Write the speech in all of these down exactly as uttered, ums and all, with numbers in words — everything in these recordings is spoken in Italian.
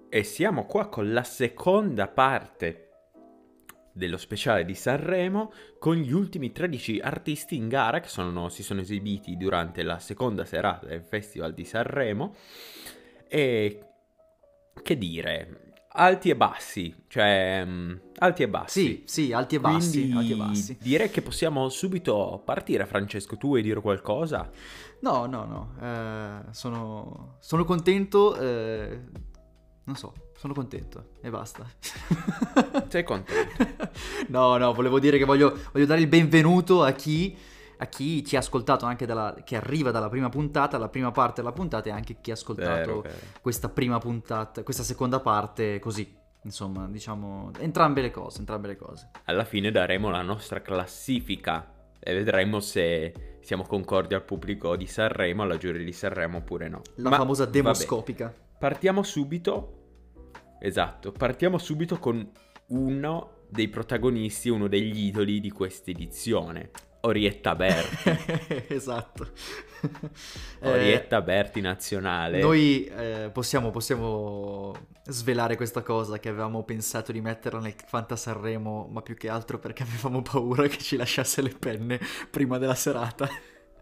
E siamo qua con la seconda parte dello speciale di Sanremo, con gli ultimi tredici artisti in gara che sono, si sono esibiti durante la seconda serata del Festival di Sanremo. E che dire, alti e bassi, cioè um, alti e bassi. Sì, sì, alti e bassi, Quindi alti e bassi. direi che possiamo subito partire. Francesco, tu vuoi dire qualcosa? No, no, no, eh, sono, sono contento, eh, non so, sono contento e basta. Sei contento? No, no, volevo dire che voglio, voglio dare il benvenuto a chi, a chi ci ha ascoltato anche dalla, che arriva dalla prima puntata, la prima parte della puntata, e anche chi ha ascoltato Vero, vero. questa prima puntata, questa seconda parte così. Insomma, diciamo, entrambe le cose, entrambe le cose. Alla fine daremo la nostra classifica e vedremo se siamo concordi al pubblico di Sanremo, alla giuria di Sanremo oppure no. La Ma famosa vabbè, demoscopica. partiamo subito. Esatto, partiamo subito con uno dei protagonisti, uno degli idoli di questa edizione, Orietta Berti. Esatto. Orietta Eh, Berti nazionale. Noi eh, possiamo, possiamo svelare questa cosa che avevamo pensato di metterla nel Fanta Sanremo, ma più che altro perché avevamo paura che ci lasciasse le penne prima della serata.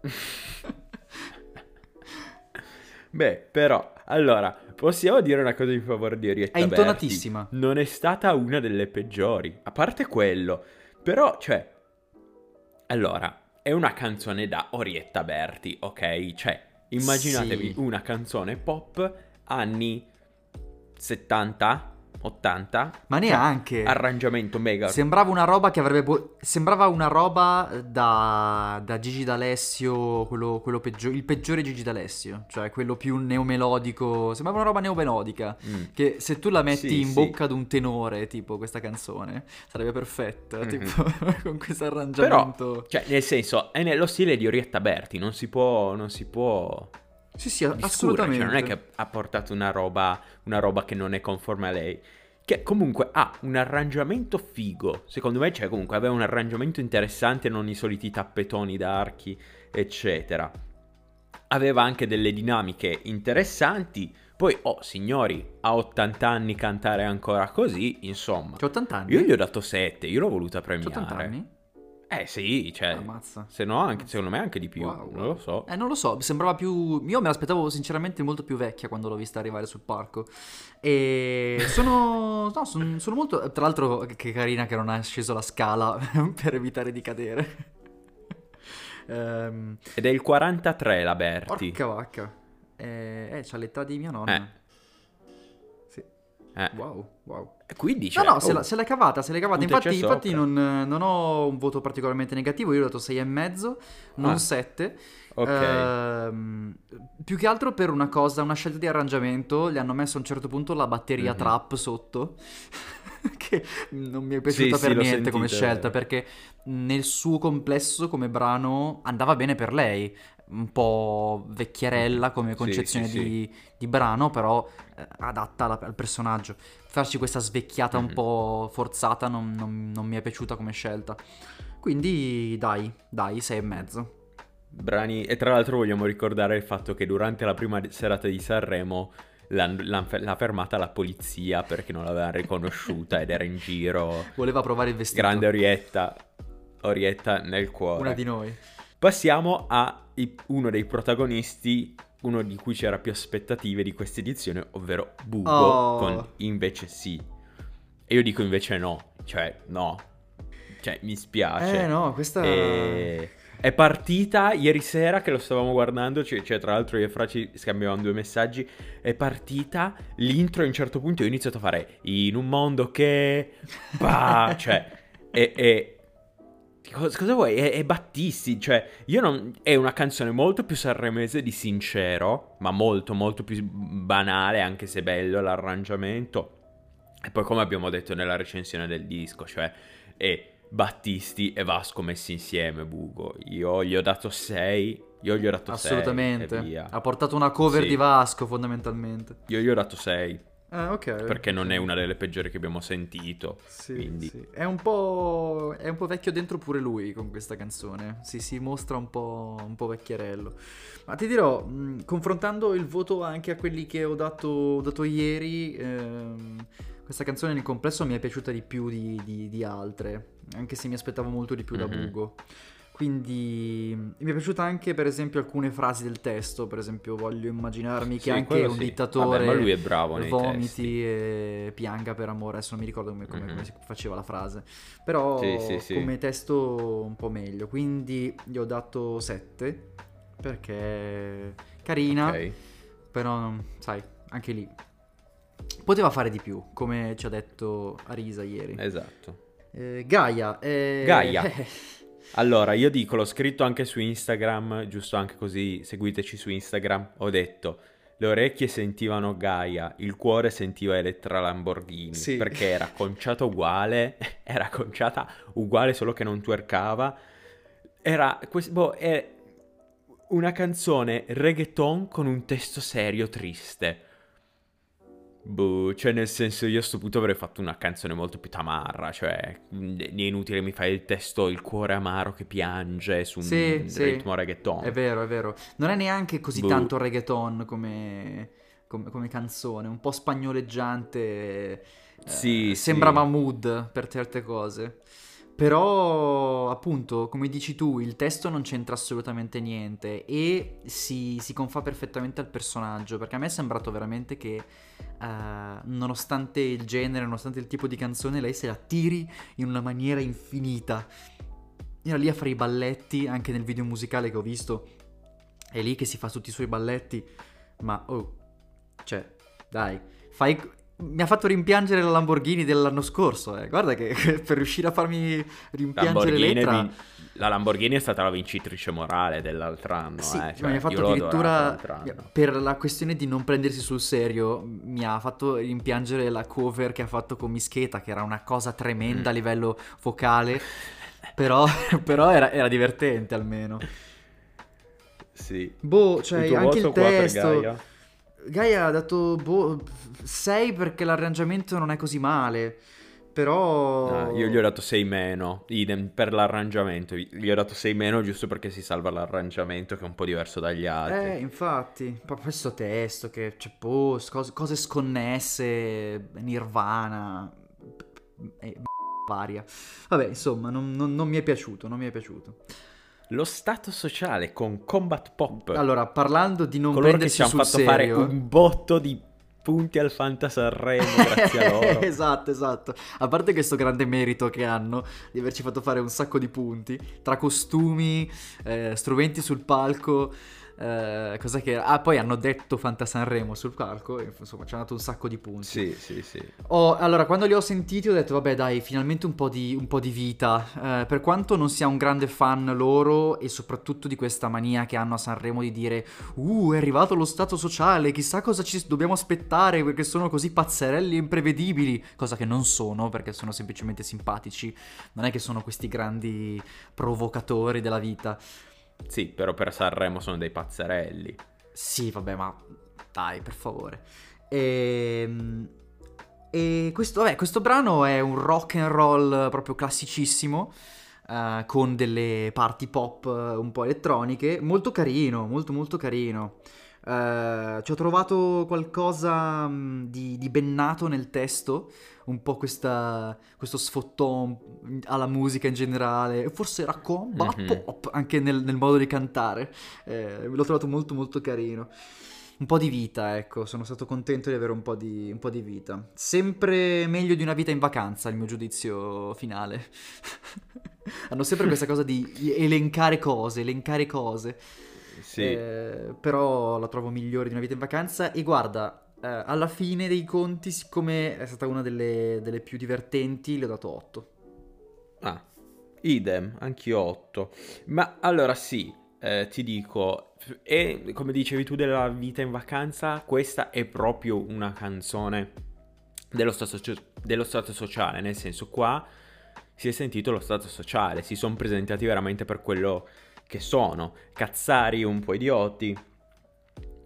Beh, però, allora, possiamo dire una cosa in favore di Orietta È Berti. intonatissima. Non è stata una delle peggiori, a parte quello. Però, cioè, allora, è una canzone da Orietta Berti, ok? Cioè, immaginatevi Sì. una canzone pop anni settanta, ottanta. Ma Cioè, neanche. arrangiamento mega. Sembrava una roba che avrebbe... po- Sembrava una roba da, da Gigi D'Alessio, quello, quello peggio- il peggiore Gigi D'Alessio, cioè quello più neomelodico. Sembrava una roba neomelodica, Mm. che se tu la metti Sì, in sì. bocca ad un tenore, tipo questa canzone, sarebbe perfetta, Mhm. tipo con questo Però, arrangiamento. cioè, nel senso, è nello stile di Orietta Berti, non si può, non si può Sì, sì, discutere, assolutamente. cioè non è che ha portato una roba, una roba che non è conforme a lei, che comunque ha un arrangiamento figo, secondo me, cioè comunque aveva un arrangiamento interessante, non i soliti tappetoni d'archi, eccetera. Aveva anche delle dinamiche interessanti, poi, oh signori, a ottanta anni cantare ancora così, insomma, C'ho ottanta anni? io gli ho dato sette, io l'ho voluta C'ho ottanta premiare. anni? Eh sì, cioè, Ammazza. se no anche, secondo me anche di più, Wow, non wow. lo so. Eh, non lo so, sembrava più... Io me l'aspettavo sinceramente molto più vecchia quando l'ho vista arrivare sul palco. E sono... No, son- sono molto... Tra l'altro, che carina che non ha sceso la scala per evitare di cadere. Ehm, Ed è il quarantatré la Berti. porca vacca. Eh, eh, c'ha l'età di mia nonna. Eh, Sì. eh. Wow, wow. E quindi, No, cioè, no, se, oh, la- se l'è cavata, se l'è cavata. punteccia Infatti, infatti sopra. non, non ho un voto particolarmente negativo, io ho dato sei e mezzo, non Ah, sette. ok. Ehm, più che altro per una cosa, una scelta di arrangiamento, gli hanno messo a un certo punto la batteria Mhm. trap sotto, che non mi è Sì, piaciuta sì, per l'ho niente come sentita, è scelta, vero. perché nel suo complesso come brano andava bene per lei, un po' Mhm. vecchierella come Sì, sì, concezione sì. di, di brano, però eh, adatta alla- al personaggio. Farci questa svecchiata un Mhm. po' forzata non, non- non mi è piaciuta come scelta. Quindi dai, dai, sei e mezzo. Brani... E tra l'altro vogliamo ricordare il fatto che durante la prima serata di Sanremo l'han- l'han- l'ha fermata la polizia perché non l'aveva riconosciuta ed era in giro. Voleva provare il vestito. Grande Orietta, Orietta nel Una cuore. di noi. Passiamo a i- uno dei protagonisti, uno di cui c'era più aspettative di questa edizione, ovvero Bugo Oh. con Invece sì. E io dico invece no, cioè no, cioè mi spiace. Eh no, questa... E... È partita ieri sera che lo stavamo guardando, cioè, cioè, tra l'altro io e Fra ci scambiavamo due messaggi, è partita l'intro e a un certo punto io ho iniziato a fare in un mondo che... Bah, cioè, e... e... Cosa, cosa vuoi? È, è Battisti, cioè, io non... È una canzone molto più sanremese di Sincero, ma molto, molto più banale, anche se bello l'arrangiamento. E poi, come abbiamo detto nella recensione del disco, cioè, è Battisti e Vasco messi insieme, Bugo. Io gli ho dato sei, io gli ho dato sei e Assolutamente. via. Ha portato una cover Sì. di Vasco, fondamentalmente. Io gli ho dato sei. Ah, ok. perché non ok. è una delle peggiori che abbiamo sentito, Sì, quindi... sì. È un po'. È un po' vecchio dentro pure lui con questa canzone. Si, si mostra un po', un po' vecchierello. Ma ti dirò, mh, confrontando il voto anche a quelli che ho dato, ho dato ieri, ehm, questa canzone nel complesso mi è piaciuta di più di, di- di altre. Anche se mi aspettavo molto di più da Mhm. Bugo. Quindi mi è piaciuta anche per esempio alcune frasi del testo, per esempio voglio immaginarmi che Sì, anche quello un sì. Vabbè, ma lui dittatore è bravo nei testi. vomiti e pianga per amore, adesso non mi ricordo come, come- come Mhm. si faceva la frase, Sì, sì, però sì. come testo un po' meglio, quindi gli ho dato sette perché carina, Ok, però sai, anche lì poteva fare di più, come ci ha detto Arisa ieri. esatto. Eh, Gaia, eh, Gaia. Allora, io dico, l'ho scritto anche su Instagram, giusto anche così, seguiteci su Instagram. Ho detto, le orecchie sentivano Gaia, il cuore sentiva Elettra Lamborghini, sì. perché era conciata uguale, era conciata uguale solo che non twerkava. Era, quest- boh, è una canzone reggaeton con un testo serio triste. Boh, cioè nel senso io a sto punto avrei fatto una canzone molto più tamarra, cioè mh, è inutile mi fai il testo il cuore amaro che piange su Sì, un sì, ritmo è reggaeton. vero, è vero. Non è neanche così Boh, tanto reggaeton come, come- come canzone, un po' spagnoleggiante, eh, sì, sembra sì, Mahmood per certe cose. Però, appunto, come dici tu, il testo non c'entra assolutamente niente e si, si confà perfettamente al personaggio, perché a me è sembrato veramente che, eh, nonostante il genere, nonostante il tipo di canzone, lei se la tiri in una maniera infinita. Era lì a fare i balletti, anche nel video musicale che ho visto, è lì che si fa tutti i suoi balletti, ma oh, cioè, dai, fai... Mi ha fatto rimpiangere la Lamborghini dell'anno scorso, eh. Guarda che per riuscire a farmi rimpiangere Lamborghini, Elettra, vin- la Lamborghini è stata la vincitrice morale dell'altro anno, sì, eh, ma mi ha cioè io fatto l'ho adorata addirittura, l'altro anno. per la questione di non prendersi sul serio, mi ha fatto rimpiangere la cover che ha fatto con Mischeta, che era una cosa tremenda a Mm. livello vocale, però, però era, era divertente almeno. Sì. Boh, Il cioè, tuo anche il voto qua per testo. Gaia? Gaia ha dato, boh, sei perché l'arrangiamento non è così male. Ah, io gli ho Però. dato sei meno, idem per l'arrangiamento, gli ho dato sei meno giusto perché si salva l'arrangiamento che è un po' diverso dagli altri. Eh, infatti, proprio questo testo che c'è post, cose, cose sconnesse, Nirvana, e varia. Vabbè, insomma, non, non- non mi è piaciuto, non mi è piaciuto. Lo stato sociale con Combat Pop, Allora, parlando di non coloro che ci prendersi hanno sul fatto fare serio. un botto di punti al Fanta Sanremo grazie a loro. Esatto, esatto. A parte questo grande merito che hanno di averci fatto fare un sacco di punti tra costumi, eh, strumenti sul palco, eh, cosa che... Ah, poi hanno detto Fanta Sanremo sul palco, e, insomma, ci hanno dato un sacco di punti. Sì, sì, sì. Ho- allora, quando li ho sentiti ho detto, vabbè dai, finalmente un po' di, un po' di vita. Eh, per quanto non sia un grande fan loro e soprattutto di questa mania che hanno a Sanremo di dire Uh, è arrivato lo stato sociale, chissà cosa ci dobbiamo aspettare perché sono così pazzerelli e imprevedibili. Cosa che non sono perché sono semplicemente simpatici. Non è che sono questi grandi provocatori della vita. Sì, però per Sanremo sono dei pazzerelli. Sì, vabbè, ma dai, per favore. Ehm... E questo, vabbè, questo brano è un rock and roll proprio classicissimo, eh, con delle parti pop eh, un po' elettroniche, molto carino, molto molto carino. Eh, ci ho trovato qualcosa mh, di, di bennato nel testo, un po' questa, questo sfottò alla musica in generale, forse era combat Mhm. pop anche nel, nel modo di cantare. Eh, l'ho trovato molto molto carino. Un po' di vita, ecco, sono stato contento di avere un po' di, un po' di vita. Sempre meglio di una vita in vacanza, il mio giudizio finale. Hanno sempre questa cosa di elencare cose, elencare cose. Sì. Eh, però la trovo migliore di una vita in vacanza. E guarda, eh, alla fine dei conti, siccome è stata una delle, delle più divertenti, le ho dato otto. Ah, idem, anch'io otto. Ma allora sì, eh, ti dico, e come dicevi tu della vita in vacanza, questa è proprio una canzone dello stato, so- dello stato sociale, nel senso qua si è sentito lo stato sociale, si sono presentati veramente per quello che sono, cazzari un po' idioti,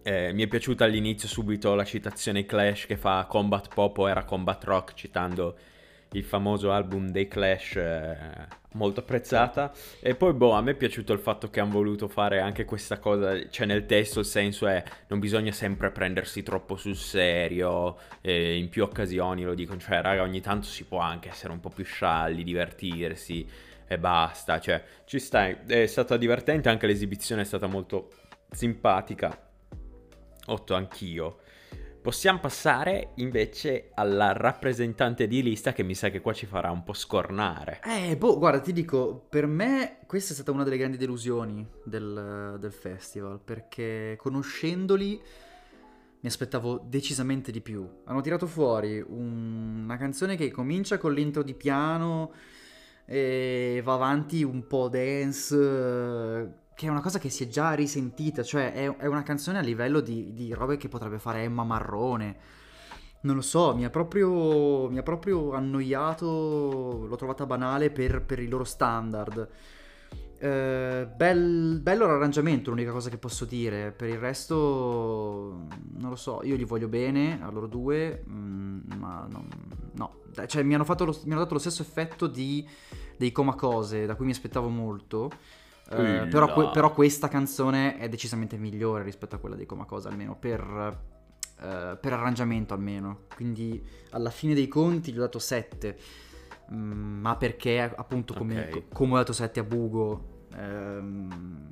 Eh, mi è piaciuta all'inizio subito la citazione ai Clash che fa Combat Pop o era Combat Rock, citando il famoso album dei Clash, eh, molto Certo. apprezzata. E poi, boh, a me è piaciuto il fatto che hanno voluto fare anche questa cosa, cioè nel testo il senso è non bisogna sempre prendersi troppo sul serio, e in più occasioni lo dicono, cioè raga, ogni tanto si può anche essere un po' più scialli, divertirsi e basta, cioè ci stai, è stata divertente, anche l'esibizione è stata molto simpatica. otto anch'io. Possiamo passare invece alla rappresentante di lista che mi sa che qua ci farà un po' scornare. Eh, boh, guarda, ti dico, per me questa è stata una delle grandi delusioni del, del festival, perché conoscendoli mi aspettavo decisamente di più. Hanno tirato fuori un- una canzone che comincia con l'intro di piano e va avanti un po' dance, eh, che è una cosa che si è già risentita, cioè è, è una canzone a livello di, di robe che potrebbe fare Emma Marrone. Non lo so, mi ha proprio, mi ha proprio annoiato, l'ho trovata banale per, per i loro standard. Eh, bel- bello l'arrangiamento, l'unica cosa che posso dire. Per il resto, non lo so, io li voglio bene a loro due, mm, ma non- no. Dai, cioè, mi hanno fatto lo- mi hanno dato lo stesso effetto di, dei Comacose, da cui mi aspettavo molto. Eh, però, que- Ulla. però questa canzone è decisamente migliore rispetto a quella dei Comacose, almeno per, eh, per arrangiamento almeno. Quindi alla fine dei conti gli ho dato sette. Mm, ma perché appunto come, Ok, come ho dato sette a Bugo, ehm,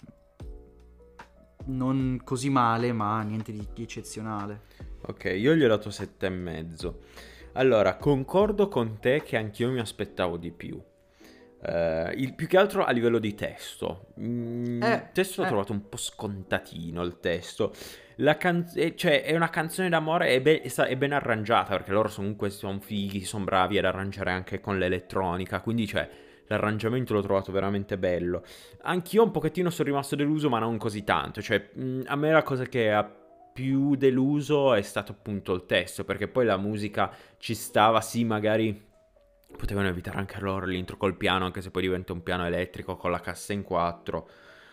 non così male, ma niente di, di eccezionale. ok, io gli ho dato sette e mezzo. Allora, concordo con te che anch'io mi aspettavo di più. Eh, il, più che altro a livello di testo. Mm, Eh, il testo l'ho eh, trovato un po' scontatino, il testo. La can- eh, cioè, è una canzone d'amore, è, be- è sta- è ben arrangiata, perché loro comunque sono fighi, sono bravi ad arrangiare anche con l'elettronica, quindi, cioè, l'arrangiamento l'ho trovato veramente bello. Anch'io un pochettino sono rimasto deluso, ma non così tanto. Cioè, mm, a me la cosa che ha più deluso è stato appunto il testo, perché poi la musica ci stava, sì, magari potevano evitare anche loro l'intro col piano, anche se poi diventa un piano elettrico con la cassa in quattro.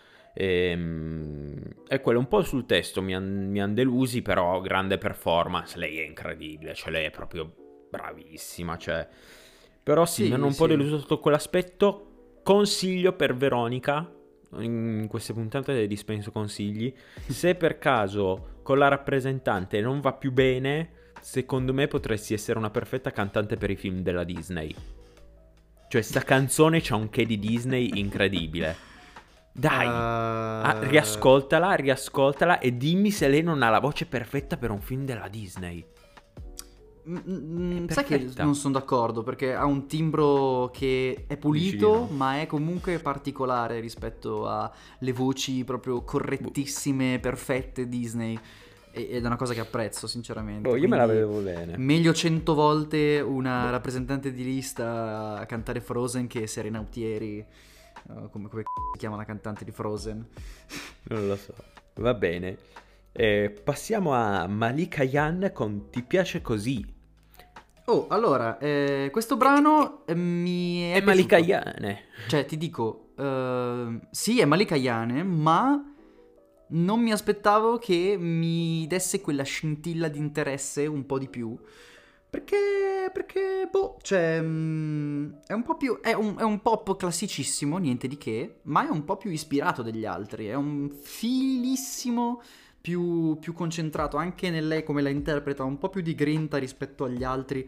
E, e quello un po' sul testo mi hanno delusi, però grande performance, lei è incredibile, cioè lei è proprio bravissima, cioè. Però sì, mi hanno sì, un po' sì. deluso sotto quell'aspetto. Consiglio per Veronica, in queste puntate dispenso consigli, se per caso con la rappresentante non va più bene, secondo me potresti essere una perfetta cantante per i film della Disney. Cioè, sta canzone c'ha un che di Disney incredibile. Dai, ah, Eh, riascoltala, riascoltala e dimmi se lei non ha la voce perfetta per un film della Disney. mm, È mm, sai che non perfetta. sono d'accordo perché ha un timbro che è Dici di pulito, no? ma è comunque particolare rispetto alle voci proprio Boh, correttissime, perfette Disney. E- Ed è una cosa che apprezzo, boh, sinceramente. io me la Quindi vedevo bene. meglio cento volte una Boh, rappresentante di lista a cantare Frozen che Serena Autieri, eh, come, come si chiama la cantante di Frozen. non lo so. Va bene. Eh, passiamo a Malika Yan con Ti piace così. Oh, allora, eh, questo È, è- brano eh, mi è è Malika piaciuto. Yan. Cioè, ti dico, ehm, sì, è Malika Yane, ma non mi aspettavo che mi desse quella scintilla di interesse un po' di più. Perché, perché, boh, cioè, mm, è un po' più, è un, è un pop classicissimo, niente di che, ma è un po' più ispirato degli altri, è un filissimo più, più concentrato, anche nel lei come la interpreta, un po' più di grinta rispetto agli altri.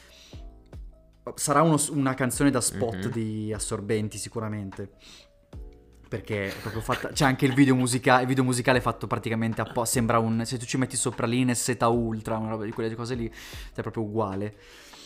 Sarà uno- una canzone da spot Mhm. di assorbenti sicuramente. Perché è proprio fatta. C'è anche il video musicale. Il video musicale è fatto praticamente apposta. Sembra un. Se tu ci metti sopra l'Ines Zeta Ultra, una roba di quelle cose lì, è proprio uguale.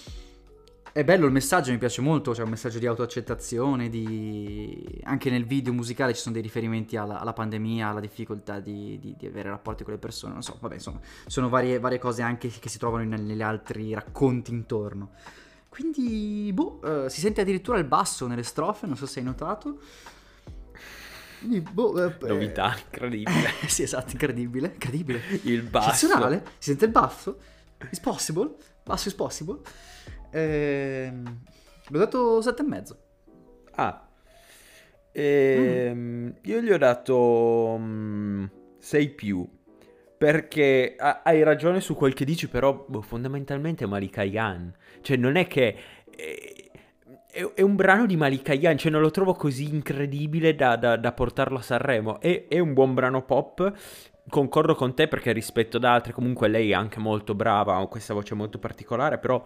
È bello il messaggio, mi piace molto. C'è un messaggio di autoaccettazione. Di... Anche nel video musicale ci sono dei riferimenti alla, alla pandemia, alla difficoltà di, di- di avere rapporti con le persone. Non so, vabbè, insomma, sono varie, varie cose anche che si trovano in- negli altri racconti intorno. Quindi, boh, eh, si sente addirittura il basso nelle strofe, non so se hai notato. Quindi, boh, eh, eh, Novità, incredibile. sì, esatto, incredibile, incredibile. Il basso. Eccezionale, si sente il basso. It's possible, basso is possible. Ehm, L'ho dato sette e mezzo. Ah, Mhm. ehm, io gli ho dato sei più. perché ha- hai ragione su quel che dici, però boh, fondamentalmente è Malika Yan. Cioè, non è che... È, è- è un brano di Malika Yan, cioè non lo trovo così incredibile da, da- da portarlo a Sanremo. È, è un buon brano pop, concordo con te perché rispetto ad altri, comunque lei è anche molto brava, ha questa voce molto particolare, però...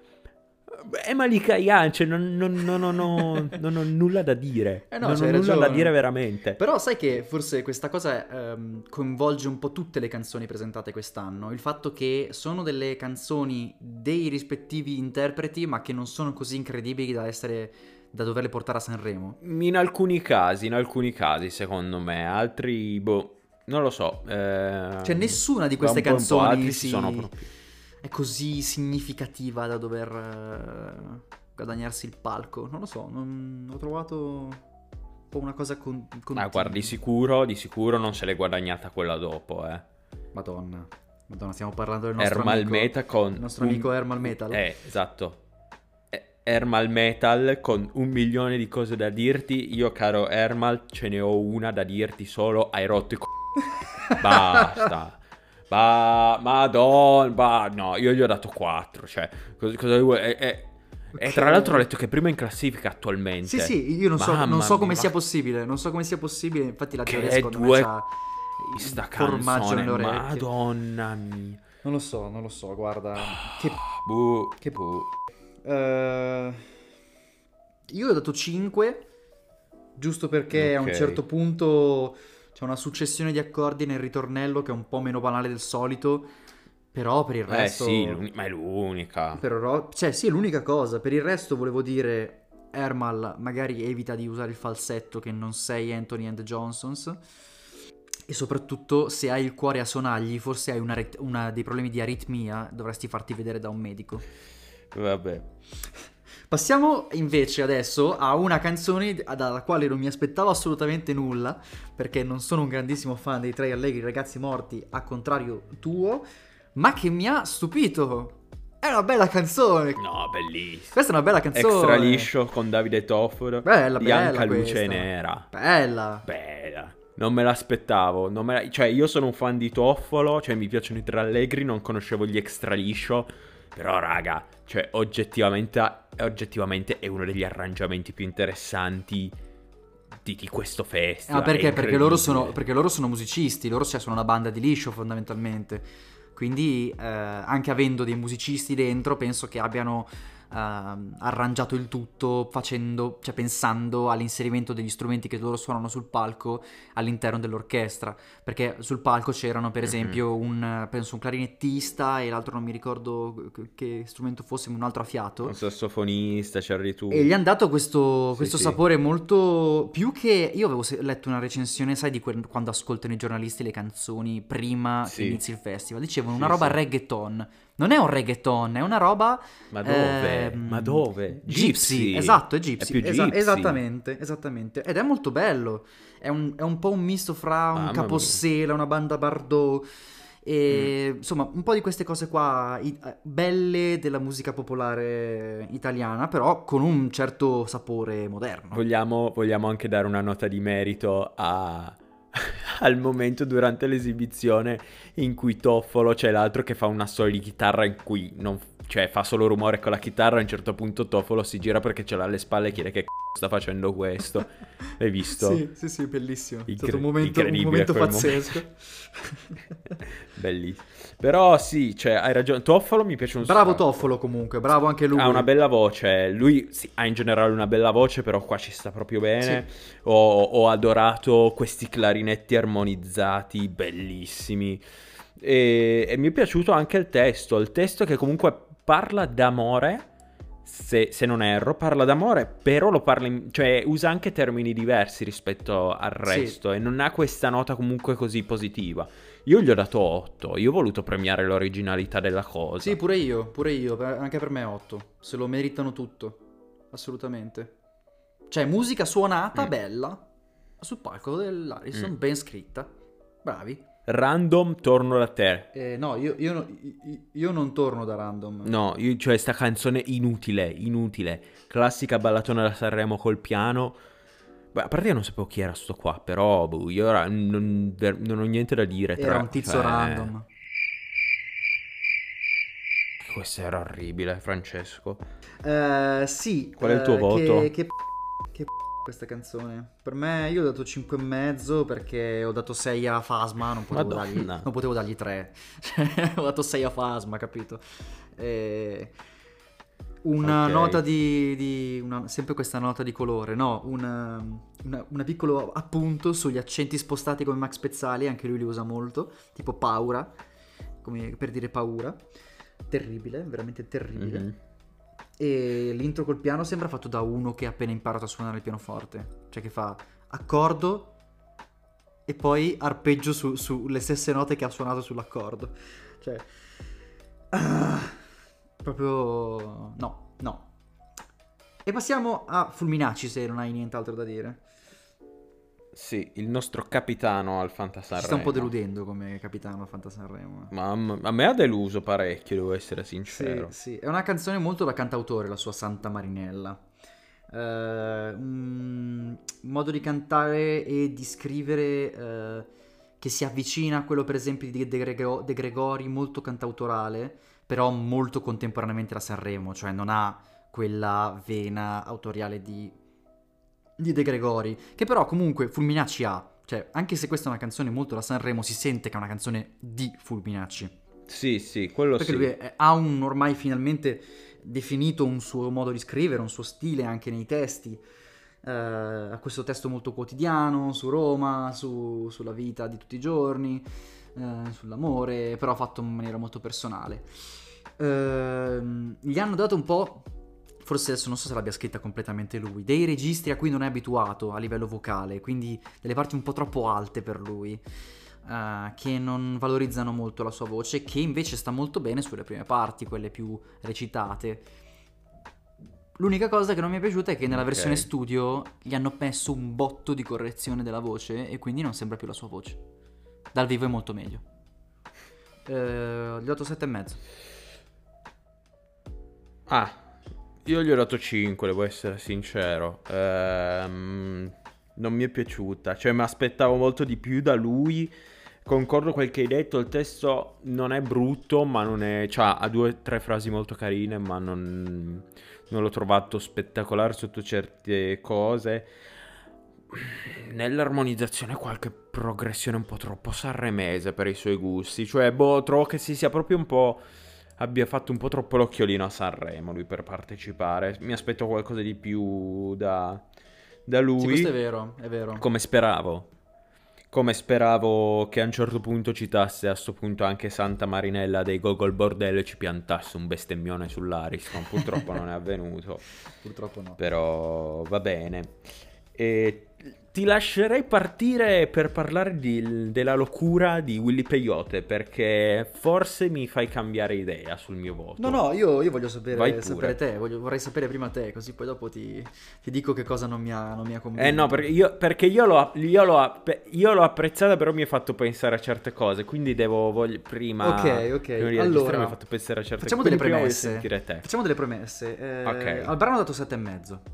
È Malika Yan, cioè non, non- non- non ho, non ho nulla da dire. Eh no, Non ho c'hai nulla da dire ragione. veramente. Però sai che forse questa cosa ehm, coinvolge un po' tutte le canzoni presentate quest'anno. Il fatto che sono delle canzoni dei rispettivi interpreti, ma che non sono così incredibili da essere, da doverle portare a Sanremo. In alcuni casi, in alcuni casi, secondo me, altri, boh, non lo so. Cioè, ehm, nessuna di va queste un po' un po', canzoni altri si sono si... proprio... è così significativa da dover eh, guadagnarsi il palco. Non lo so, non... ho trovato un po' una cosa con... Ah, continua. guarda, di sicuro, di sicuro non se l'è guadagnata quella dopo, eh. Madonna, Madonna, stiamo parlando del nostro Ermal amico, Meta con... il nostro un- amico Ermal Metal. Eh, esatto. Eh, Ermal Metal con un milione di cose da dirti. Io, caro Ermal, ce ne ho una da dirti solo. Hai rotto i c***i. Basta. Ba... Madonna. Ba... No, io gli ho dato quattro. Cioè, cosa, cosa vuoi? E, e- e Ok. tra l'altro ho letto che è prima in classifica attualmente. Sì, sì, io non so, non Mamma so come mia, sia ma possibile, non so come sia possibile, infatti la che teoria secondo me due... c'ha Sta il formaggio canzone, nelle orecchie. madonna mia. Non lo so, non lo so, guarda, che... Buh, che... buh. Eh, io ho dato cinque, giusto perché a un Ok. certo punto c'è una successione di accordi nel ritornello che è un po' meno banale del solito, però per il Eh resto... sì, l'uni- ma è l'unica. Però, cioè, sì, è l'unica cosa. Per il resto volevo dire, Ermal, magari evita di usare il falsetto che non sei Anthony and the Johnsons. E soprattutto, se hai il cuore a sonagli, forse hai una, ret- una dei problemi di aritmia, dovresti farti vedere da un medico. Vabbè. Passiamo invece adesso a una canzone dalla quale non mi aspettavo assolutamente nulla, perché non sono un grandissimo fan dei Tre Allegri Ragazzi Morti, a contrario tuo, ma che mi ha stupito. È una bella canzone. No, bellissimo. Questa è una bella canzone. Extra liscio con Davide Toffolo. Bella, Bianca bella luce questa. nera. Bella. Bella. Non me l'aspettavo. Non me la- Cioè, io sono un fan di Toffolo. Cioè, mi piacciono i tre allegri. Non conoscevo gli extra liscio. Però, raga, cioè, oggettivamente, oggettivamente è uno degli arrangiamenti più interessanti di, di questo festival. Ah, perché? È Perché loro, sono, incredibile. perché loro sono musicisti, loro cioè, sono una banda di liscio fondamentalmente. Quindi eh, anche avendo dei musicisti dentro, penso che abbiano ehm, arrangiato il tutto facendo, cioè pensando all'inserimento degli strumenti che loro suonano sul palco all'interno dell'orchestra. Perché sul palco c'erano per Mhm. esempio un, penso un clarinettista e l'altro non mi ricordo che- che strumento fosse, un altro a fiato. Un sassofonista, c'eri tu. E gli hanno dato questo, Sì, questo sì. sapore molto... Più che... Io avevo se- letto una recensione, sai, di quel- quando ascoltano i giornalisti le canzoni prima che Sì. inizi il festival. Dicevano Sì, una roba sì. reggaeton. Non è un reggaeton, è una roba... Ma dove? ehm, Ma dove? Gypsy, esatto, è gypsy. È più Esa- gypsy. esattamente, esattamente. Ed è molto bello. È un, è un po' un misto fra un Mamma mia. capossela, una banda Bardot... E Mm. insomma, un po' di queste cose qua i- eh, belle della musica popolare italiana, però con un certo sapore moderno. Vogliamo, vogliamo anche dare una nota di merito a- al momento durante l'esibizione in cui Toffolo c'è l'altro che fa un assolo di chitarra in cui non, cioè, fa solo rumore con la chitarra. A un certo punto Toffolo si gira perché ce l'ha alle spalle e chiede che c***o sta facendo questo. L'hai visto? Sì, sì, sì, bellissimo. È Incre- stato un momento, un incredibile momento quel pazzesco. Bellissimo. Però sì, cioè, hai ragione. Toffolo mi piace un Bravo sacco. Toffolo comunque, bravo anche lui. Ha una bella voce, lui sì, ha in generale una bella voce, però qua ci sta proprio bene. Ho, ho adorato questi clarinetti armonizzati, bellissimi. E, e mi è piaciuto anche il testo, il testo che comunque parla d'amore, se, se non erro, parla d'amore, però lo parla in- cioè usa anche termini diversi rispetto al Sì. resto e non ha questa nota comunque così positiva. Io gli ho dato otto, io ho voluto premiare l'originalità della cosa. Sì, pure io, pure io, per- anche per me otto. Se lo meritano tutto, assolutamente. Cioè, musica suonata, Mm. bella, sul palco dell'Ariston, Mm. ben scritta. Bravi. Random, torno da te. Eh, no, io, io no- io- io non torno da random. No, io, cioè sta canzone inutile, inutile. Classica ballatona da Sanremo col piano. Beh, a parte che non sapevo chi era sto qua, però boh, io ora non, ver- non ho niente da dire. Era Tra, un tizio cioè, random. questo era orribile, Francesco. Eh, sì, Qual è il tuo eh, voto? che, che, che questa canzone. Per me io ho dato cinque e mezzo perché ho dato sei a Fasma, non potevo dargli, Madonna. non potevo dargli tre. Cioè, ho dato sei a Fasma, capito? E una Ok. nota di, di una- sempre questa nota di colore, no, una, una, una piccolo appunto sugli accenti spostati come Max Pezzali, anche lui li usa molto, tipo paura, come per dire paura. Terribile, veramente terribile. Mhm. E l'intro col piano sembra fatto da uno che ha appena imparato a suonare il pianoforte. Cioè che fa accordo e poi arpeggio su- sulle stesse note che ha suonato sull'accordo. Cioè... ah, proprio... no, no. E passiamo a Fulminacci se non hai nient'altro da dire. Sì, il nostro capitano al Ci sta un po' Fantasanremo. deludendo come capitano a Fantasanremo. Ma a a me ha deluso parecchio, devo essere Sì, sincero. sì, è una canzone molto da cantautore, la sua Santa Marinella. Eh, un modo di cantare e di scrivere eh, che si avvicina a quello, per esempio, di De, Grego- De Gregori, molto cantautorale, però molto contemporaneamente a Sanremo, cioè non ha quella vena autoriale di, di De Gregori, che però comunque Fulminacci ha. Cioè, anche se questa è una canzone molto da Sanremo, si sente che è una canzone di Fulminacci. Sì, sì, quello Perché lui sì. è- ha un ormai finalmente definito un suo modo di scrivere, un suo stile anche nei testi. Eh, ha questo testo molto quotidiano su Roma, su- sulla vita di tutti i giorni, eh, sull'amore, però fatto in maniera molto personale. Ehm, gli hanno dato un po', forse adesso non so se l'abbia scritta completamente lui, dei registri a cui non è abituato a livello vocale, quindi delle parti un po' troppo alte per lui, eh, che non valorizzano molto la sua voce, che invece sta molto bene sulle prime parti, quelle più recitate. L'unica cosa che non mi è piaciuta è che nella Ok. versione studio gli hanno messo un botto di correzione della voce e quindi non sembra più la sua voce. Dal vivo è molto meglio. Eh, gli ho dato sette e mezzo. Ah, io gli ho dato cinque, devo essere sincero. Ehm, non mi è piaciuta, cioè mi aspettavo molto di più da lui. Concordo quel che hai detto, il testo non è brutto, ma non è... cioè, ha due o tre frasi molto carine, ma non, non l'ho trovato spettacolare sotto certe cose. Nell'armonizzazione qualche progressione un po' troppo sanremese per i suoi gusti. Cioè, boh, trovo che si sia proprio un po'... abbia fatto un po' troppo l'occhiolino a Sanremo lui per partecipare. Mi aspetto qualcosa di più da, da Sì, questo è lui, vero, è vero. come speravo. Come speravo che a un certo punto citasse a sto punto anche Santa Marinella dei Gogol Bordello e ci piantasse un bestemmione sull'Ariston. Purtroppo non è avvenuto, Purtroppo no. però va bene. E ti lascerei partire per parlare di- della locura di Willy Peyote, perché forse mi fai cambiare idea sul mio voto. No, no, io, io voglio Vai sapere, pure. sapere te, voglio- vorrei sapere prima te, così poi dopo ti, ti dico che cosa non mi ha, non mi ha convinto. Eh no, perché io, perché io l'ho, io l'ho app- io l'ho apprezzata, però mi ha fatto pensare a certe cose, quindi devo, voglio, prima, Ok, ok, prima di registrare allora, mi ha fatto pensare a certe facciamo cose, delle quindi prima voglio premesse. sentire te. Facciamo delle premesse. Eh, Ok. Al brano ho dato sette e mezzo.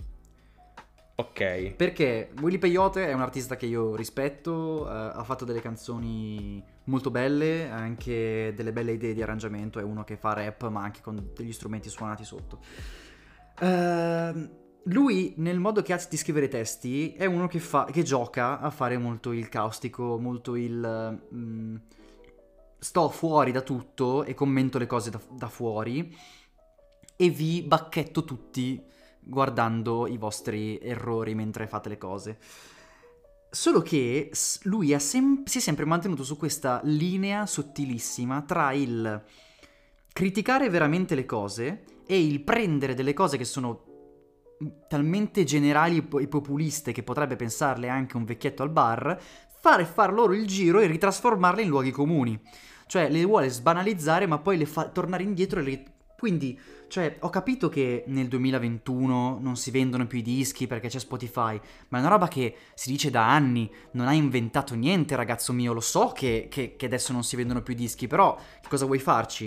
Ok, Perché Willy Peyote è un artista che io rispetto, eh, ha fatto delle canzoni molto belle, anche delle belle idee di arrangiamento, è uno che fa rap ma anche con degli strumenti suonati sotto. Ehm, lui nel modo che ha di scrivere testi è uno che, fa, che gioca a fare molto il caustico, molto il... mm, sto fuori da tutto e commento le cose da, da fuori e vi bacchetto tutti guardando i vostri errori mentre fate le cose. Solo che s- lui ha sem- si è sempre mantenuto su questa linea sottilissima tra il criticare veramente le cose e il prendere delle cose che sono talmente generali e po- e populiste che potrebbe pensarle anche un vecchietto al bar, fare far loro il giro e ritrasformarle in luoghi comuni. Cioè le vuole sbanalizzare ma poi le fa tornare indietro e le... Quindi, cioè, ho capito che nel duemilaventuno non si vendono più i dischi perché c'è Spotify, ma è una roba che si dice da anni, non hai inventato niente, ragazzo mio, lo so che, che- che adesso non si vendono più i dischi, però che cosa vuoi farci?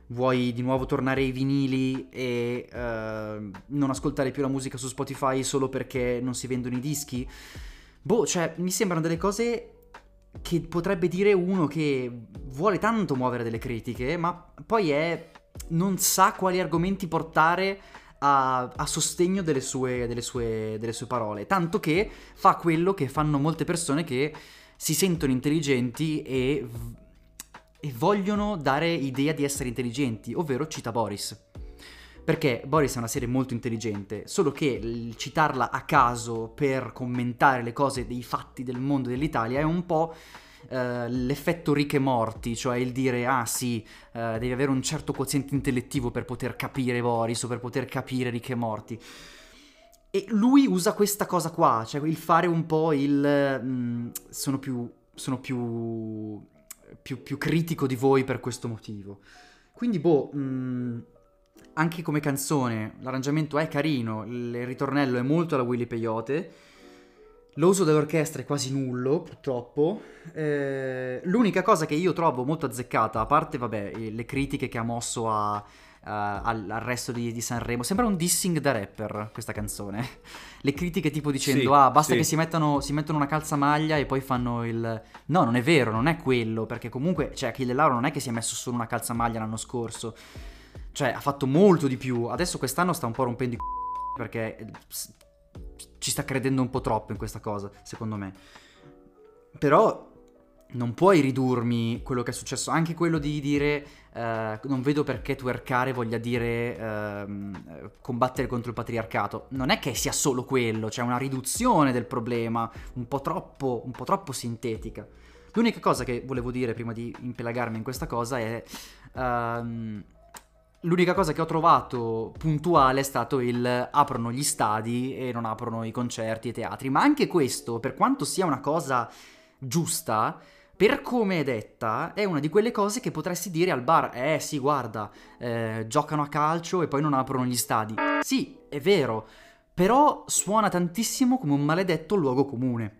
vuoi di nuovo tornare ai vinili e uh, non ascoltare più la musica su Spotify solo perché non si vendono i dischi. Boh, cioè, mi sembrano delle cose che potrebbe dire uno che vuole tanto muovere delle critiche, ma poi è non sa quali argomenti portare a, a sostegno delle sue, delle, sue, delle sue parole, tanto che fa quello che fanno molte persone che si sentono intelligenti e, e vogliono dare idea di essere intelligenti, ovvero cita Boris. Perché Boris è una serie molto intelligente, solo che il citarla a caso per commentare le cose dei fatti del mondo dell'Italia è un po' eh, l'effetto Rick e Morty, cioè il dire ah sì, eh, devi avere un certo quoziente intellettivo per poter capire Boris o per poter capire Rick e Morty. E lui usa questa cosa qua, cioè il fare un po' il mh, sono più sono più, più più critico di voi per questo motivo. Quindi boh, mh, anche come canzone, l'arrangiamento è carino, il ritornello è molto alla Willy Peyote, l'uso dell'orchestra è quasi nullo, purtroppo. Eh, l'unica cosa che io trovo molto azzeccata, a parte, vabbè, le critiche che ha mosso a, a, al, al resto di, di Sanremo, sembra un dissing da rapper, questa canzone. Le critiche tipo dicendo, Sì, ah, basta sì. che si mettano, si mettono una calzamaglia e poi fanno il... No, non è vero, non è quello, perché comunque, cioè, Achille Lauro non è che si è messo solo una calzamaglia l'anno scorso. Cioè, ha fatto molto di più. Adesso quest'anno sta un po' rompendo i c***o perché ci sta credendo un po' troppo in questa cosa, secondo me. Però non puoi ridurmi quello che è successo. Anche quello di dire eh, non vedo perché twerkare voglia dire eh, combattere contro il patriarcato. Non è che sia solo quello, c'è una riduzione del problema, un po' troppo, un po' troppo sintetica. L'unica cosa che volevo dire prima di impelagarmi in questa cosa è... Um, L'unica cosa che ho trovato puntuale è stato il aprono gli stadi e non aprono i concerti e i teatri, ma anche questo, per quanto sia una cosa giusta, per come è detta, è una di quelle cose che potresti dire al bar, eh sì, guarda, eh, giocano a calcio e poi non aprono gli stadi. Sì, è vero, però suona tantissimo come un maledetto luogo comune.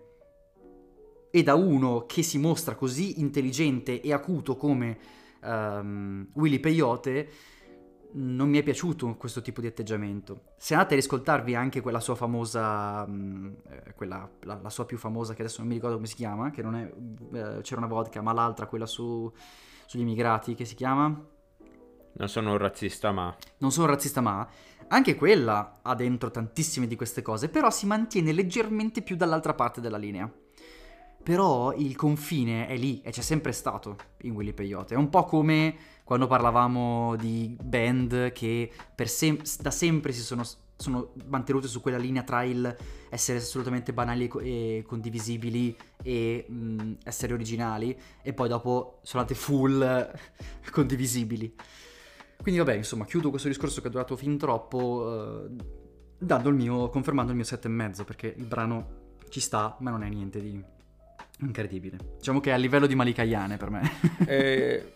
E da uno che si mostra così intelligente e acuto come um, Willy Peyote, non mi è piaciuto questo tipo di atteggiamento. Se andate a riscoltarvi anche quella sua famosa, mh, eh, quella, la, la sua più famosa, che adesso non mi ricordo come si chiama, che non è eh, C'era una vodka, ma l'altra, quella su, sugli immigrati, che si chiama? Non sono un razzista, ma... Non sono razzista, ma... Anche quella ha dentro tantissime di queste cose, però si mantiene leggermente più dall'altra parte della linea. Però il confine è lì e c'è sempre stato in Willy Peyote. È un po' come quando parlavamo di band che per sem- da sempre si sono, sono mantenute su quella linea tra il essere assolutamente banali e, co- e condivisibili e mh, essere originali, e poi dopo sono andate full condivisibili. Quindi vabbè, insomma, chiudo questo discorso che è durato fin troppo eh, dando il mio, confermando il mio sette e mezzo, perché il brano ci sta, ma non è niente di incredibile. Diciamo che è a livello di Malika Ayane per me. Eh...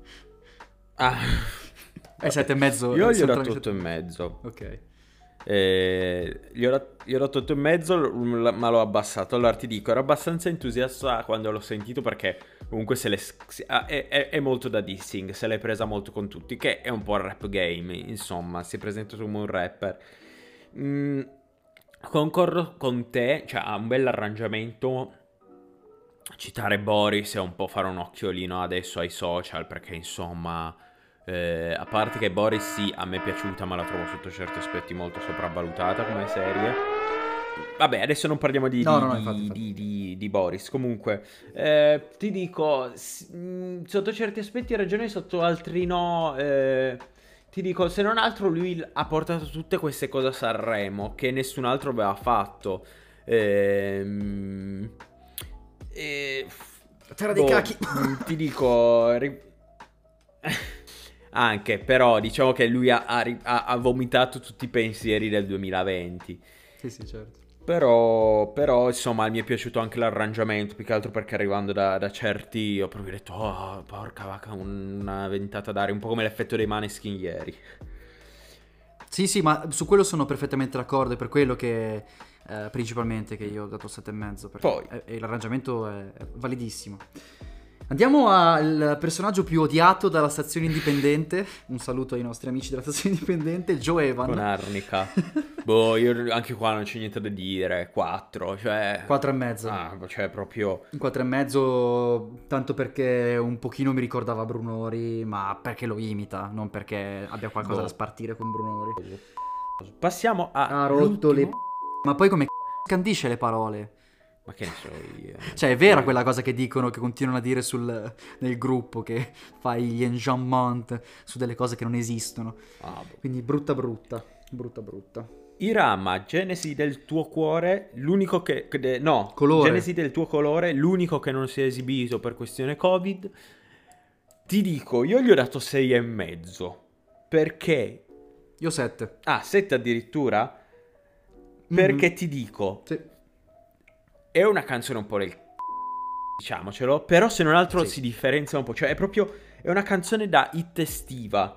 Ah. È sette e mezzo. Io gli ho dato otto e mezzo. Ok. Eh, gli, ho dat- gli ho dato otto e mezzo, ma l'ho abbassato. Allora ti dico, ero abbastanza entusiasta quando l'ho sentito, perché comunque se le, è, è, è molto da dissing, se l'è presa molto con tutti, che è un po' il rap game, insomma, si è presentato come un rapper. Mm, concordo con te, cioè ha un bel arrangiamento. Citare Boris è un po' fare un occhiolino adesso ai social, perché insomma... Eh, a parte che Boris sì, a me è piaciuta, ma la trovo sotto certi aspetti molto sopravvalutata come serie. Vabbè, adesso non parliamo di, no, di, no, no, di, infatti, infatti. di, di, di Boris. Comunque, eh, ti dico, s- mh, sotto certi aspetti ha ragione, sotto altri no. Eh, ti dico, se non altro lui ha portato tutte queste cose a Sanremo che nessun altro aveva fatto. Ehm... E... Terra dei boh, cacchi. Ti dico... ri- Anche, però diciamo che lui ha, ha, ha vomitato tutti i pensieri del duemilaventi. Sì, sì, certo. Però, però, insomma, mi è piaciuto anche l'arrangiamento, più che altro perché arrivando da, da certi ho proprio detto, oh, porca vacca, una ventata d'aria, un po' come l'effetto dei Maneskin ieri. Sì, sì, ma su quello sono perfettamente d'accordo, è per quello che eh, principalmente che io ho dato sette e mezzo, perché Poi. è- e l'arrangiamento è, è validissimo. Andiamo al personaggio più odiato dalla stazione indipendente. Un saluto ai nostri amici della stazione indipendente, Joe Evan. Con Arnica. Boh, io anche qua non c'è niente da dire. quattro, cioè... quattro e mezzo. Ah, cioè proprio... quattro e mezzo, tanto perché un pochino mi ricordava Brunori, ma perché lo imita, non perché abbia qualcosa Boh. da spartire con Brunori. Passiamo a... Ha rotto le... l'ultimo. Ma poi come c***o scandisce le parole? Ma che ne so io. Cioè, è vera quella cosa che dicono, che continuano a dire sul, nel gruppo, che fai gli enjambment su delle cose che non esistono. Ah, boh. Quindi brutta brutta, brutta brutta. Irama, Genesi del tuo cuore, l'unico che... che de- no, Colore. Genesi del tuo colore, l'unico che non si è esibito per questione Covid. Ti dico, io gli ho dato sei e mezzo. Perché... Io sette. Ah, sette addirittura? Mhm. Perché ti dico, Sì. è una canzone un po' del c***o, diciamocelo, però se non altro Sì. si differenzia un po', cioè è proprio, è una canzone da hit estiva,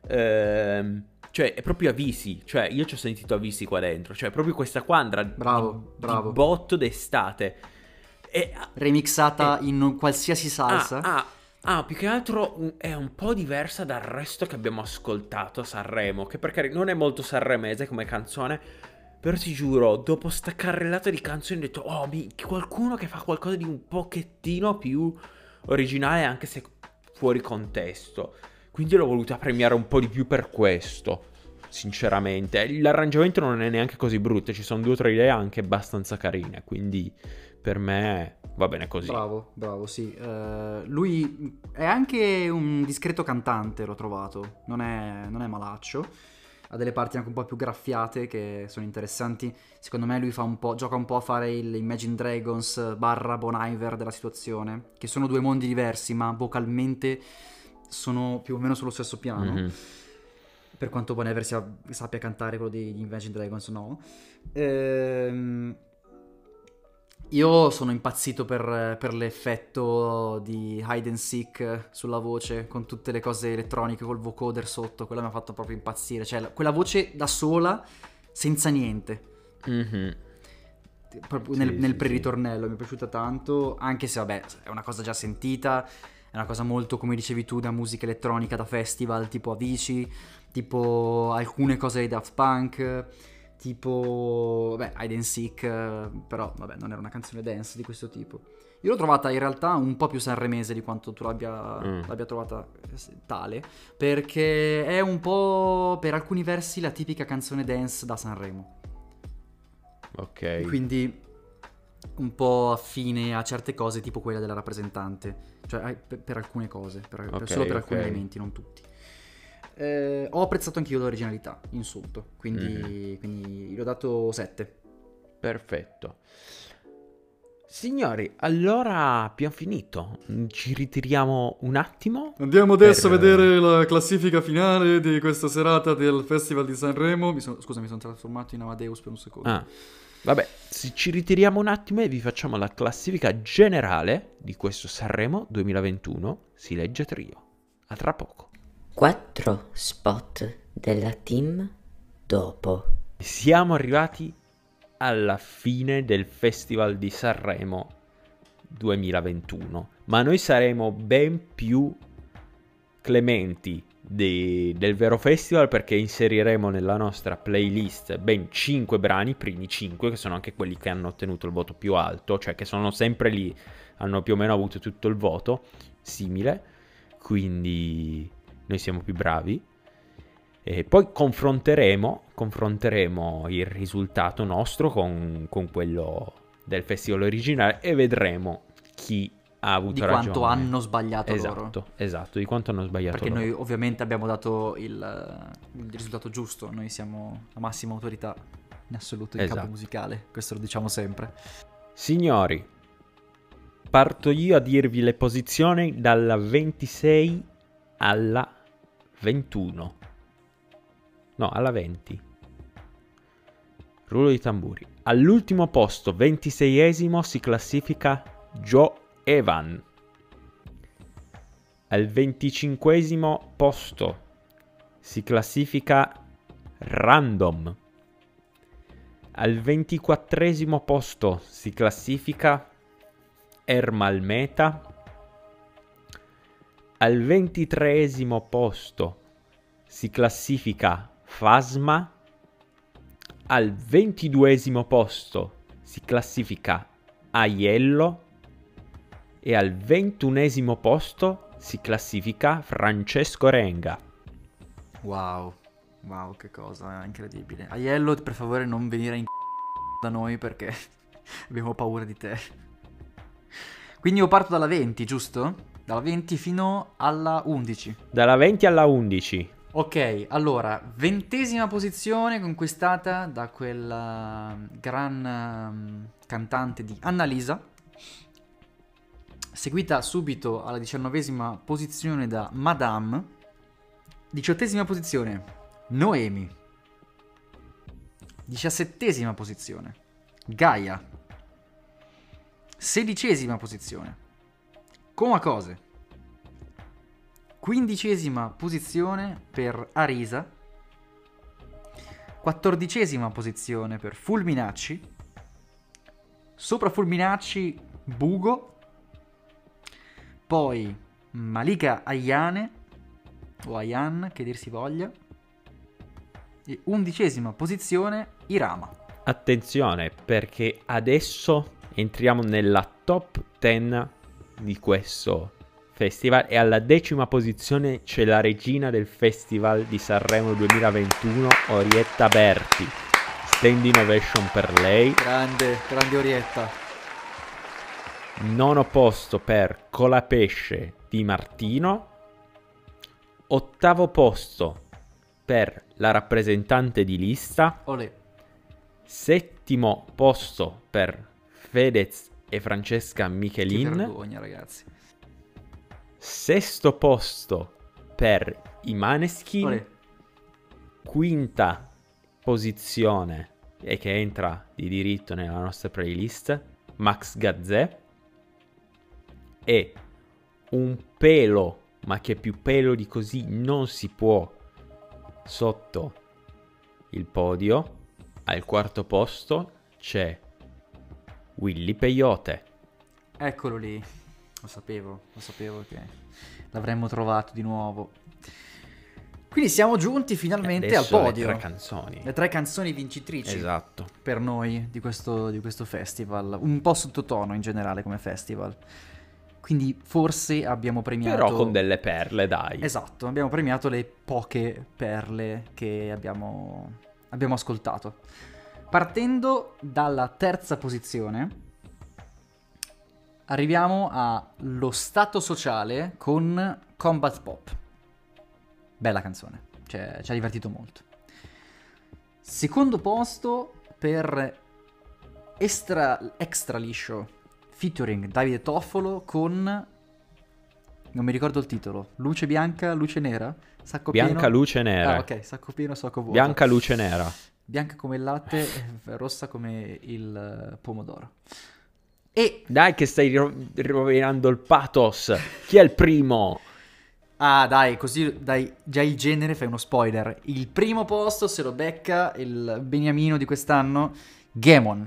ehm, cioè è proprio Avisi, cioè io ci ho sentito Avisi qua dentro, cioè proprio questa qua andrà Bravo, di, bravo. di botto d'estate. E, Remixata Eh. in qualsiasi salsa. ah, ah, ah, più che altro un- è un po' diversa dal resto che abbiamo ascoltato a Sanremo, che per carità non è molto sanremese come canzone, però ti giuro, dopo sta carrellata di canzoni ho detto, oh, mi- qualcuno che fa qualcosa di un pochettino più originale, anche se fuori contesto. Quindi l'ho voluta premiare un po' di più per questo, sinceramente. L'arrangiamento non è neanche così brutto, ci sono due o tre idee anche abbastanza carine, quindi per me va bene così. Bravo, bravo, sì. Eh, lui è anche un discreto cantante, l'ho trovato. Non è, non è malaccio. Ha delle parti anche un po' più graffiate che sono interessanti. Secondo me lui fa un po', gioca un po' a fare il Imagine Dragons barra Bon Iver della situazione, che sono due mondi diversi, ma vocalmente sono più o meno sullo stesso piano. Mhm. Per quanto Bon Iver sia- sappia cantare quello di Imagine Dragons, no. Ehm... Io sono impazzito per, per l'effetto di hide and seek sulla voce, con tutte le cose elettroniche, col vocoder sotto. Quello mi ha fatto proprio impazzire. Cioè, la- quella voce da sola, senza niente. Mhm. Proprio Sì, nel, nel sì, pre-ritornello mi è piaciuta tanto. Anche se, vabbè, è una cosa già sentita. È una cosa molto, come dicevi tu, da musica elettronica, da festival, tipo Avicii, tipo alcune cose dei Daft Punk. Tipo, beh, Hide and Seek, eh, però vabbè, non era una canzone dance di questo tipo. Io l'ho trovata in realtà un po' più sanremese di quanto tu l'abbia, Mm. l'abbia trovata eh, tale, perché è un po' per alcuni versi la tipica canzone dance da Sanremo. Ok. Quindi un po' affine a certe cose, tipo quella della rappresentante, cioè eh, per, per alcune cose, per- per- Ok, solo per alcuni ok. elementi, non tutti. Eh, ho apprezzato anch'io l'originalità, insulto, quindi, Mhm. quindi gli ho dato sette. Perfetto. Signori, allora abbiamo finito. Ci ritiriamo un attimo. Andiamo adesso a vedere la classifica finale di questa serata del Festival di Sanremo. Mi sono, scusa, mi sono trasformato in Amadeus per un secondo. Ah, vabbè, se ci ritiriamo un attimo e vi facciamo la classifica generale di questo Sanremo duemilaventuno. Si legge trio. A tra poco. Quattro spot della team dopo. Siamo arrivati alla fine del Festival di Sanremo duemilaventuno, ma noi saremo ben più clementi de- del vero festival, perché inseriremo nella nostra playlist ben cinque brani, i primi cinque, che sono anche quelli che hanno ottenuto il voto più alto, cioè che sono sempre lì, hanno più o meno avuto tutto il voto simile, quindi noi siamo più bravi. E poi confronteremo, confronteremo il risultato nostro con, con quello del festival originale e vedremo chi ha avuto Di ragione. quanto hanno sbagliato loro. Esatto, esatto, di quanto hanno sbagliato Perché loro. noi ovviamente abbiamo dato il, il risultato giusto, noi siamo la massima autorità in assoluto in Esatto. campo musicale, questo lo diciamo sempre. Signori, parto io a dirvi le posizioni dalla ventisei alla ventuno. No, alla venti. Rullo di tamburi. All'ultimo posto, ventiseiesimo, si classifica Joe Evan. Al venticinquesimo posto si classifica Random. Al ventiquattresimo posto si classifica Ermal Meta. Al ventitreesimo posto si classifica Phasma. Al ventiduesimo posto si classifica Aiello. E al ventunesimo posto si classifica Francesco Renga. Wow, wow, che cosa incredibile. Aiello, per favore non venire in da noi perché abbiamo paura di te. Quindi io parto dalla venti, giusto? Dalla venti fino alla undici. Dalla venti alla undici. Ok, allora, ventesima posizione conquistata da quella gran um, cantante di Annalisa, seguita subito alla diciannovesima posizione da Madame. Diciottesima posizione, Noemi. Diciassettesima posizione, Gaia. Sedicesima posizione, Comacose. Quindicesima posizione per Arisa. Quattordicesima posizione per Fulminacci. Sopra Fulminacci, Bugo. Poi Malika Ayane, o Ayan, che dir si voglia. E undicesima posizione, Irama. Attenzione, perché adesso entriamo nella top dieci di questo festival e alla decima posizione c'è la regina del Festival di Sanremo duemilaventuno, Orietta Berti. Standing ovation per lei. Grande, grande Orietta. Nono posto per Colapesce di Martino. Ottavo posto per la rappresentante di lista. Olè. Settimo posto per Fedez e Francesca Che Michelin. vergogna, ragazzi. Sesto posto per i Maneskin. Olè. Quinta posizione, e che entra di diritto nella nostra playlist, Max Gazzè. E un pelo, ma che più pelo di così non si può, sotto il podio, al quarto posto c'è Willy Peyote. Eccolo lì. Lo sapevo, lo sapevo che l'avremmo trovato di nuovo. Quindi siamo giunti finalmente al Adesso podio. le tre canzoni. Le tre canzoni vincitrici. Esatto. Per noi di questo, di questo festival. Un po' sottotono in generale come festival. Quindi forse abbiamo premiato... Però con delle perle, dai. Esatto, abbiamo premiato le poche perle che abbiamo, abbiamo ascoltato. Partendo dalla terza posizione, arriviamo allo Stato Sociale con Combat Pop. Bella canzone, cioè, ci ha divertito molto. Secondo posto per Extra, Extra Liscio, featuring Davide Toffolo con... non mi ricordo il titolo. Luce bianca, luce nera? Sacco Bianca, pieno... luce nera. Ah, ok, sacco pieno, sacco vuoto. Bianca, luce nera. Bianca come il latte, rossa come il pomodoro. E... Dai che stai ro- rovinando il pathos. Chi è il primo? ah, dai, così dai, già il genere fai uno spoiler. Il primo posto se lo becca il beniamino di quest'anno, Gemon.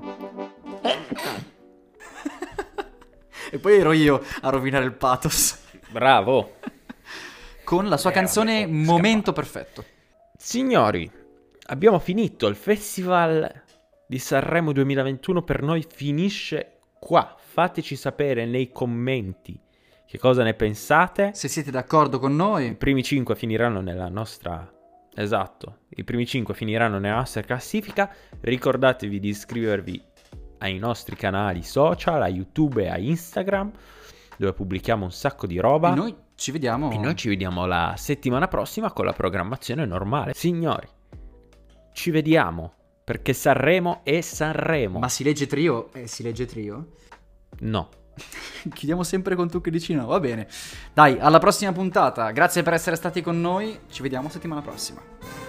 E poi ero io a rovinare il pathos. Bravo. Con la sua Eh, canzone vabbè, oh, Momento scappato. Perfetto. Signori, abbiamo finito. Il Festival di Sanremo duemilaventuno per noi finisce qua. Fateci sapere nei commenti che cosa ne pensate. Se siete d'accordo con I noi, primi cinque finiranno nella nostra... Esatto, i primi cinque finiranno nella nostra classifica. Ricordatevi di iscrivervi ai nostri canali social, a YouTube e a Instagram, dove pubblichiamo un sacco di roba. e noi ci vediamo. E noi ci vediamo la settimana prossima con la programmazione normale. Signori, ci vediamo, perché Sanremo è Sanremo. Ma si legge trio? Eh, si legge trio? No. Chiudiamo sempre con tu che dici no, va bene. Dai, alla prossima puntata. Grazie per essere stati con noi. Ci vediamo settimana prossima.